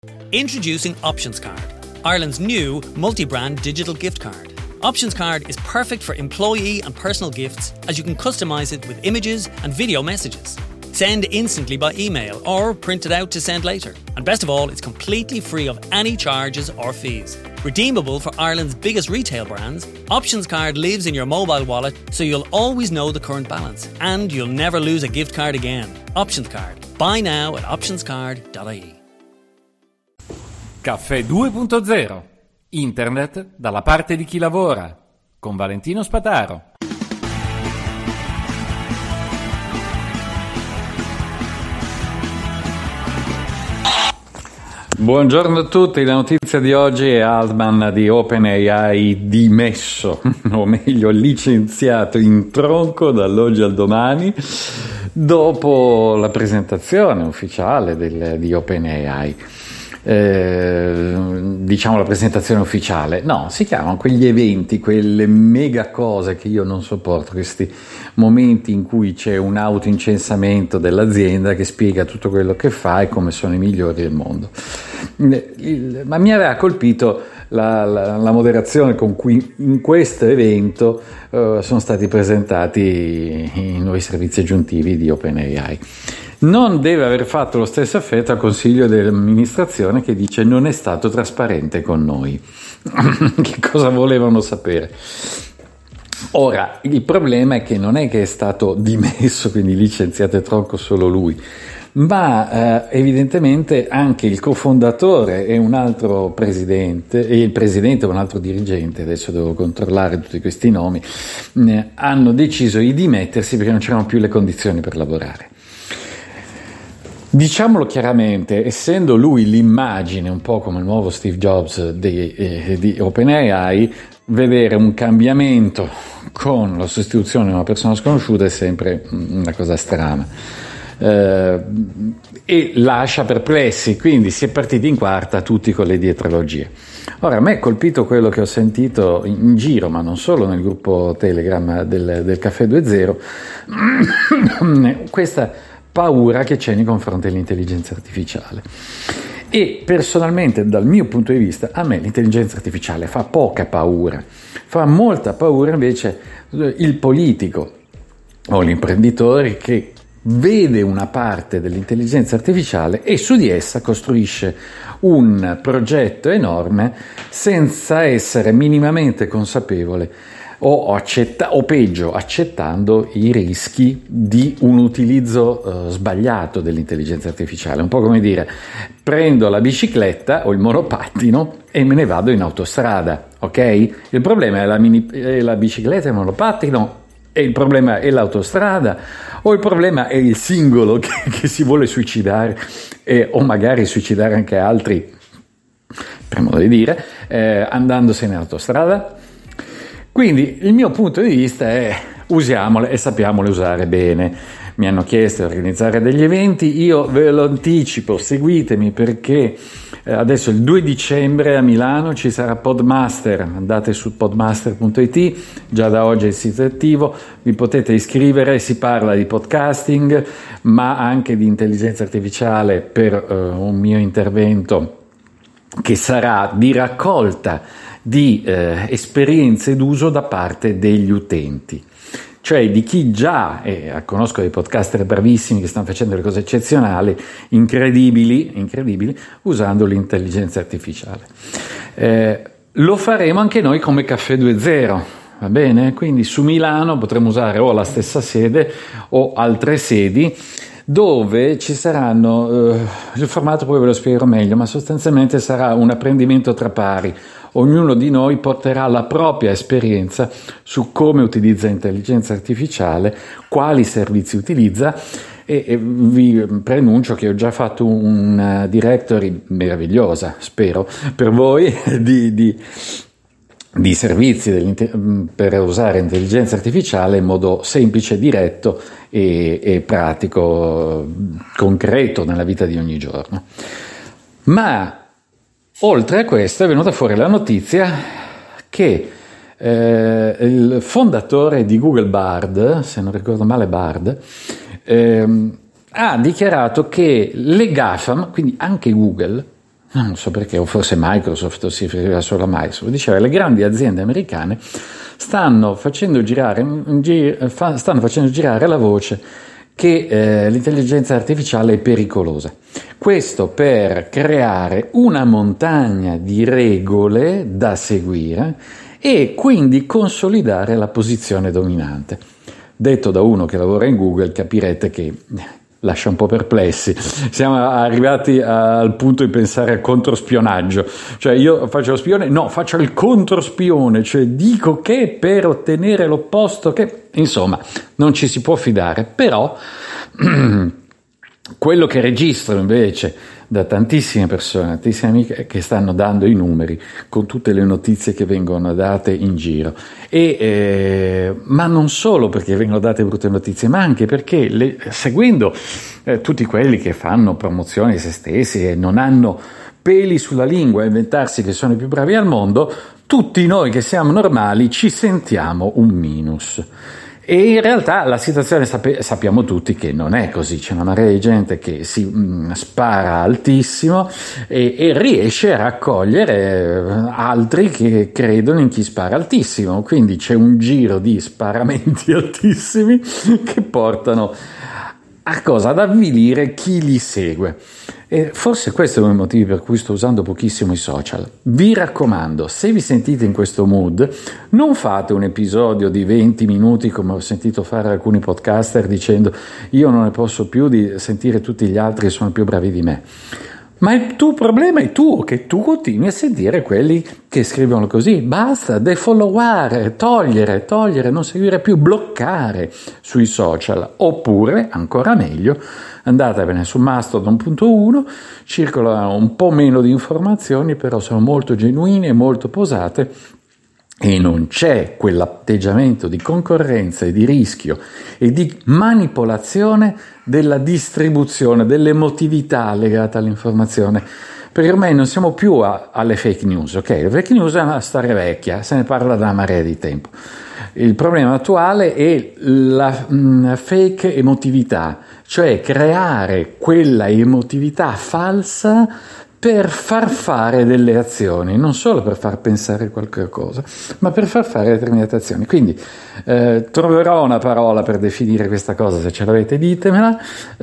Introducing Options Card, Ireland's new multi-brand digital gift card. Options Card is perfect for employee and personal gifts as you can customise it with images and video messages. Send instantly by email or print it out to send later. And best of all, it's completely free of any charges or fees. Redeemable for Ireland's biggest retail brands, Options Card lives in your mobile wallet so you'll always know the current balance and you'll never lose a gift card again. Options Card. Buy now at optionscard.ie. Caffè 2.0. Internet dalla parte di chi lavora. Con Valentino Spataro. Buongiorno a tutti, la notizia di oggi è Altman di OpenAI dimesso, o meglio licenziato in tronco dall'oggi al domani, dopo la presentazione ufficiale di OpenAI. Diciamo la presentazione ufficiale, no, si chiamano quegli eventi, quelle mega cose che io non sopporto, questi momenti in cui c'è un autoincensamento dell'azienda che spiega tutto quello che fa e come sono i migliori del mondo. Ma mi aveva colpito la moderazione con cui in questo evento sono stati presentati i nuovi servizi aggiuntivi di OpenAI. Non deve aver fatto lo stesso effetto al consiglio dell'amministrazione che dice non è stato trasparente con noi. Che cosa volevano sapere? Ora, il problema è che non è che è stato dimesso, quindi licenziato a tronco solo lui, ma evidentemente anche il cofondatore e un altro presidente, e il presidente e un altro dirigente, adesso devo controllare tutti questi nomi, hanno deciso di dimettersi perché non c'erano più le condizioni per lavorare. Diciamolo chiaramente, essendo lui l'immagine, un po' come il nuovo Steve Jobs di OpenAI, vedere un cambiamento con la sostituzione di una persona sconosciuta è sempre una cosa strana. E lascia perplessi, quindi si è partiti in quarta tutti con le dietrologie. Ora, a me è colpito quello che ho sentito in giro, ma non solo nel gruppo Telegram del Caffè 2.0, questa paura che c'è nei confronti dell'intelligenza artificiale. E personalmente, dal mio punto di vista, a me l'intelligenza artificiale fa poca paura, fa molta paura invece il politico o l'imprenditore che vede una parte dell'intelligenza artificiale e su di essa costruisce un progetto enorme senza essere minimamente consapevole o peggio accettando i rischi di un utilizzo sbagliato dell'intelligenza artificiale. Un po' come dire, prendo la bicicletta o il monopattino e me ne vado in autostrada, ok? Il problema è la bicicletta e il monopattino, e il problema è l'autostrada, o il problema è il singolo che si vuole suicidare o magari suicidare anche altri, per modo di dire, andandosene in autostrada. Quindi il mio punto di vista è usiamole e sappiamole usare bene. Mi hanno chiesto di organizzare degli eventi, io ve lo anticipo, seguitemi perché adesso il 2 dicembre a Milano ci sarà Podmaster, andate su podmaster.it, già da oggi il sito è attivo, vi potete iscrivere, si parla di podcasting ma anche di intelligenza artificiale per un mio intervento che sarà di raccolta di esperienze d'uso da parte degli utenti, cioè di chi già, conosco dei podcaster bravissimi che stanno facendo delle cose eccezionali, incredibili, usando l'intelligenza artificiale. Lo faremo anche noi come Caffè 2.0, va bene? Quindi su Milano potremo usare o la stessa sede o altre sedi, dove ci saranno, il formato poi ve lo spiegherò meglio, ma sostanzialmente sarà un apprendimento tra pari. Ognuno di noi porterà la propria esperienza su come utilizza intelligenza artificiale, quali servizi utilizza e vi preannuncio che ho già fatto un directory meravigliosa, spero, per voi di servizi per usare intelligenza artificiale in modo semplice, diretto e pratico, concreto nella vita di ogni giorno. Ma oltre a questo è venuta fuori la notizia che il fondatore di Google, Bard, se non ricordo male Bard, ha dichiarato che le GAFAM, quindi anche Google, non so perché, o forse Microsoft, o si riferiva solo a Microsoft, diceva che le grandi aziende americane stanno facendo girare la voce che l'intelligenza artificiale è pericolosa. Questo per creare una montagna di regole da seguire e quindi consolidare la posizione dominante. Detto da uno che lavora in Google, capirete che lascia un po' perplessi. Siamo arrivati al punto di pensare al controspionaggio, cioè io faccio lo spione, no, faccio il controspione, cioè dico che per ottenere l'opposto che, insomma, non ci si può fidare. Però quello che registro invece da tantissime persone, tantissime amiche che stanno dando i numeri con tutte le notizie che vengono date in giro, ma non solo perché vengono date brutte notizie, ma anche perché seguendo tutti quelli che fanno promozione di se stessi e non hanno peli sulla lingua a inventarsi che sono i più bravi al mondo, tutti noi che siamo normali ci sentiamo un minus. E in realtà la situazione sappiamo tutti che non è così, c'è una marea di gente che si spara altissimo e riesce a raccogliere altri che credono in chi spara altissimo, quindi c'è un giro di sparamenti altissimi che portano a cosa? Ad avvilire chi li segue. E forse questo è uno dei motivi per cui sto usando pochissimo i social. Vi raccomando, se vi sentite in questo mood, non fate un episodio di 20 minuti come ho sentito fare alcuni podcaster dicendo io non ne posso più di sentire tutti gli altri che sono più bravi di me. Ma il tuo problema è tuo, che tu continui a sentire quelli che scrivono così. Basta, defolloware, togliere, non seguire più, bloccare sui social. Oppure, ancora meglio, andatevene su Mastodon.1, circolano un po' meno di informazioni, però sono molto genuine e molto posate, e non c'è quell'atteggiamento di concorrenza e di rischio e di manipolazione della distribuzione, dell'emotività legata all'informazione, perché ormai non siamo più alle fake news, ok? Le fake news è una storia vecchia, se ne parla da una marea di tempo. Il problema attuale è la fake emotività, cioè creare quella emotività falsa per far fare delle azioni, non solo per far pensare qualche cosa, ma per far fare determinate azioni. Quindi troverò una parola per definire questa cosa, se ce l'avete ditemela.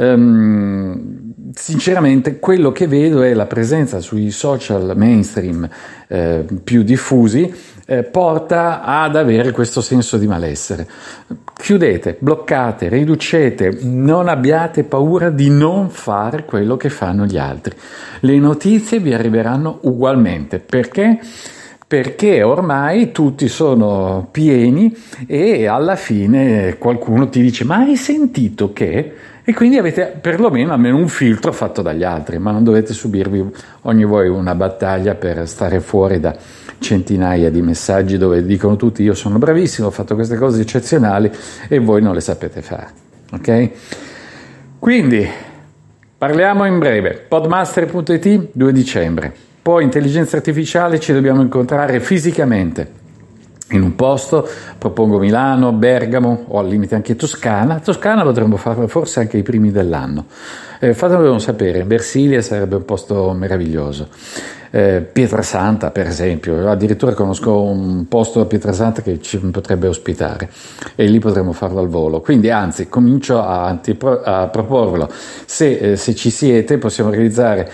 Sinceramente quello che vedo è la presenza sui social mainstream più diffusi porta ad avere questo senso di malessere. Chiudete, bloccate, riducete, non abbiate paura di non fare quello che fanno gli altri. Le notizie vi arriveranno ugualmente. Perché? Perché ormai tutti sono pieni e alla fine qualcuno ti dice ma hai sentito che? E quindi avete perlomeno almeno un filtro fatto dagli altri, ma non dovete subirvi ogni voi una battaglia per stare fuori da centinaia di messaggi dove dicono tutti io sono bravissimo, ho fatto queste cose eccezionali e voi non le sapete fare, ok? Quindi parliamo in breve. Podmaster.it 2 dicembre, poi intelligenza artificiale, ci dobbiamo incontrare fisicamente in un posto, propongo Milano, Bergamo o al limite anche Toscana potremmo fare forse anche i primi dell'anno. Fatemelo sapere, Versilia sarebbe un posto meraviglioso. Pietrasanta per esempio, addirittura conosco un posto a Pietrasanta che ci potrebbe ospitare e lì potremmo farlo al volo, quindi anzi comincio a proporvelo. Se ci siete possiamo realizzare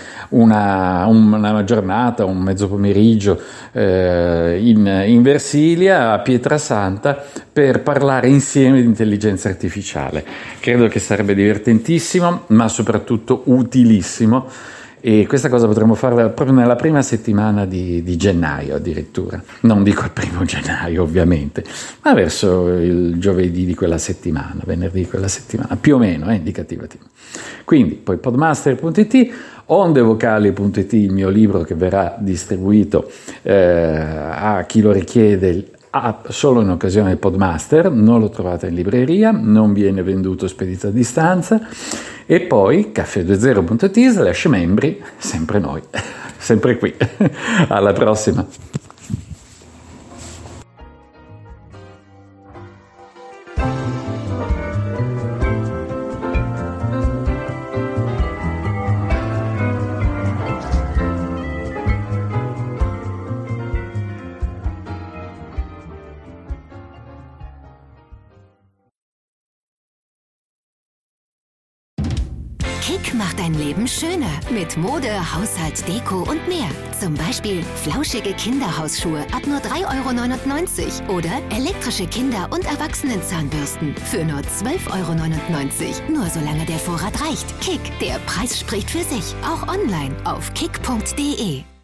una giornata, un mezzo pomeriggio in Versilia a Pietrasanta per parlare insieme di intelligenza artificiale. Credo che sarebbe divertentissimo ma soprattutto utilissimo. E questa cosa potremmo farla proprio nella prima settimana di gennaio addirittura. Non dico il 1° gennaio ovviamente, ma verso il giovedì di quella settimana, venerdì di quella settimana, più o meno, indicativamente. Quindi poi podmaster.it, ondevocali.it, il mio libro che verrà distribuito a chi lo richiede solo in occasione del Podmaster, non lo trovate in libreria, non viene venduto spedito a distanza. E poi caffè20.it/membri, sempre noi, sempre qui. Alla prossima. Kick macht dein Leben schöner. Mit Mode, Haushalt, Deko und mehr. Zum Beispiel flauschige Kinderhausschuhe ab nur 3,99 € oder elektrische Kinder- und Erwachsenenzahnbürsten für nur 12,99 €. Nur solange der Vorrat reicht. Kick, der Preis spricht für sich. Auch online auf kick.de.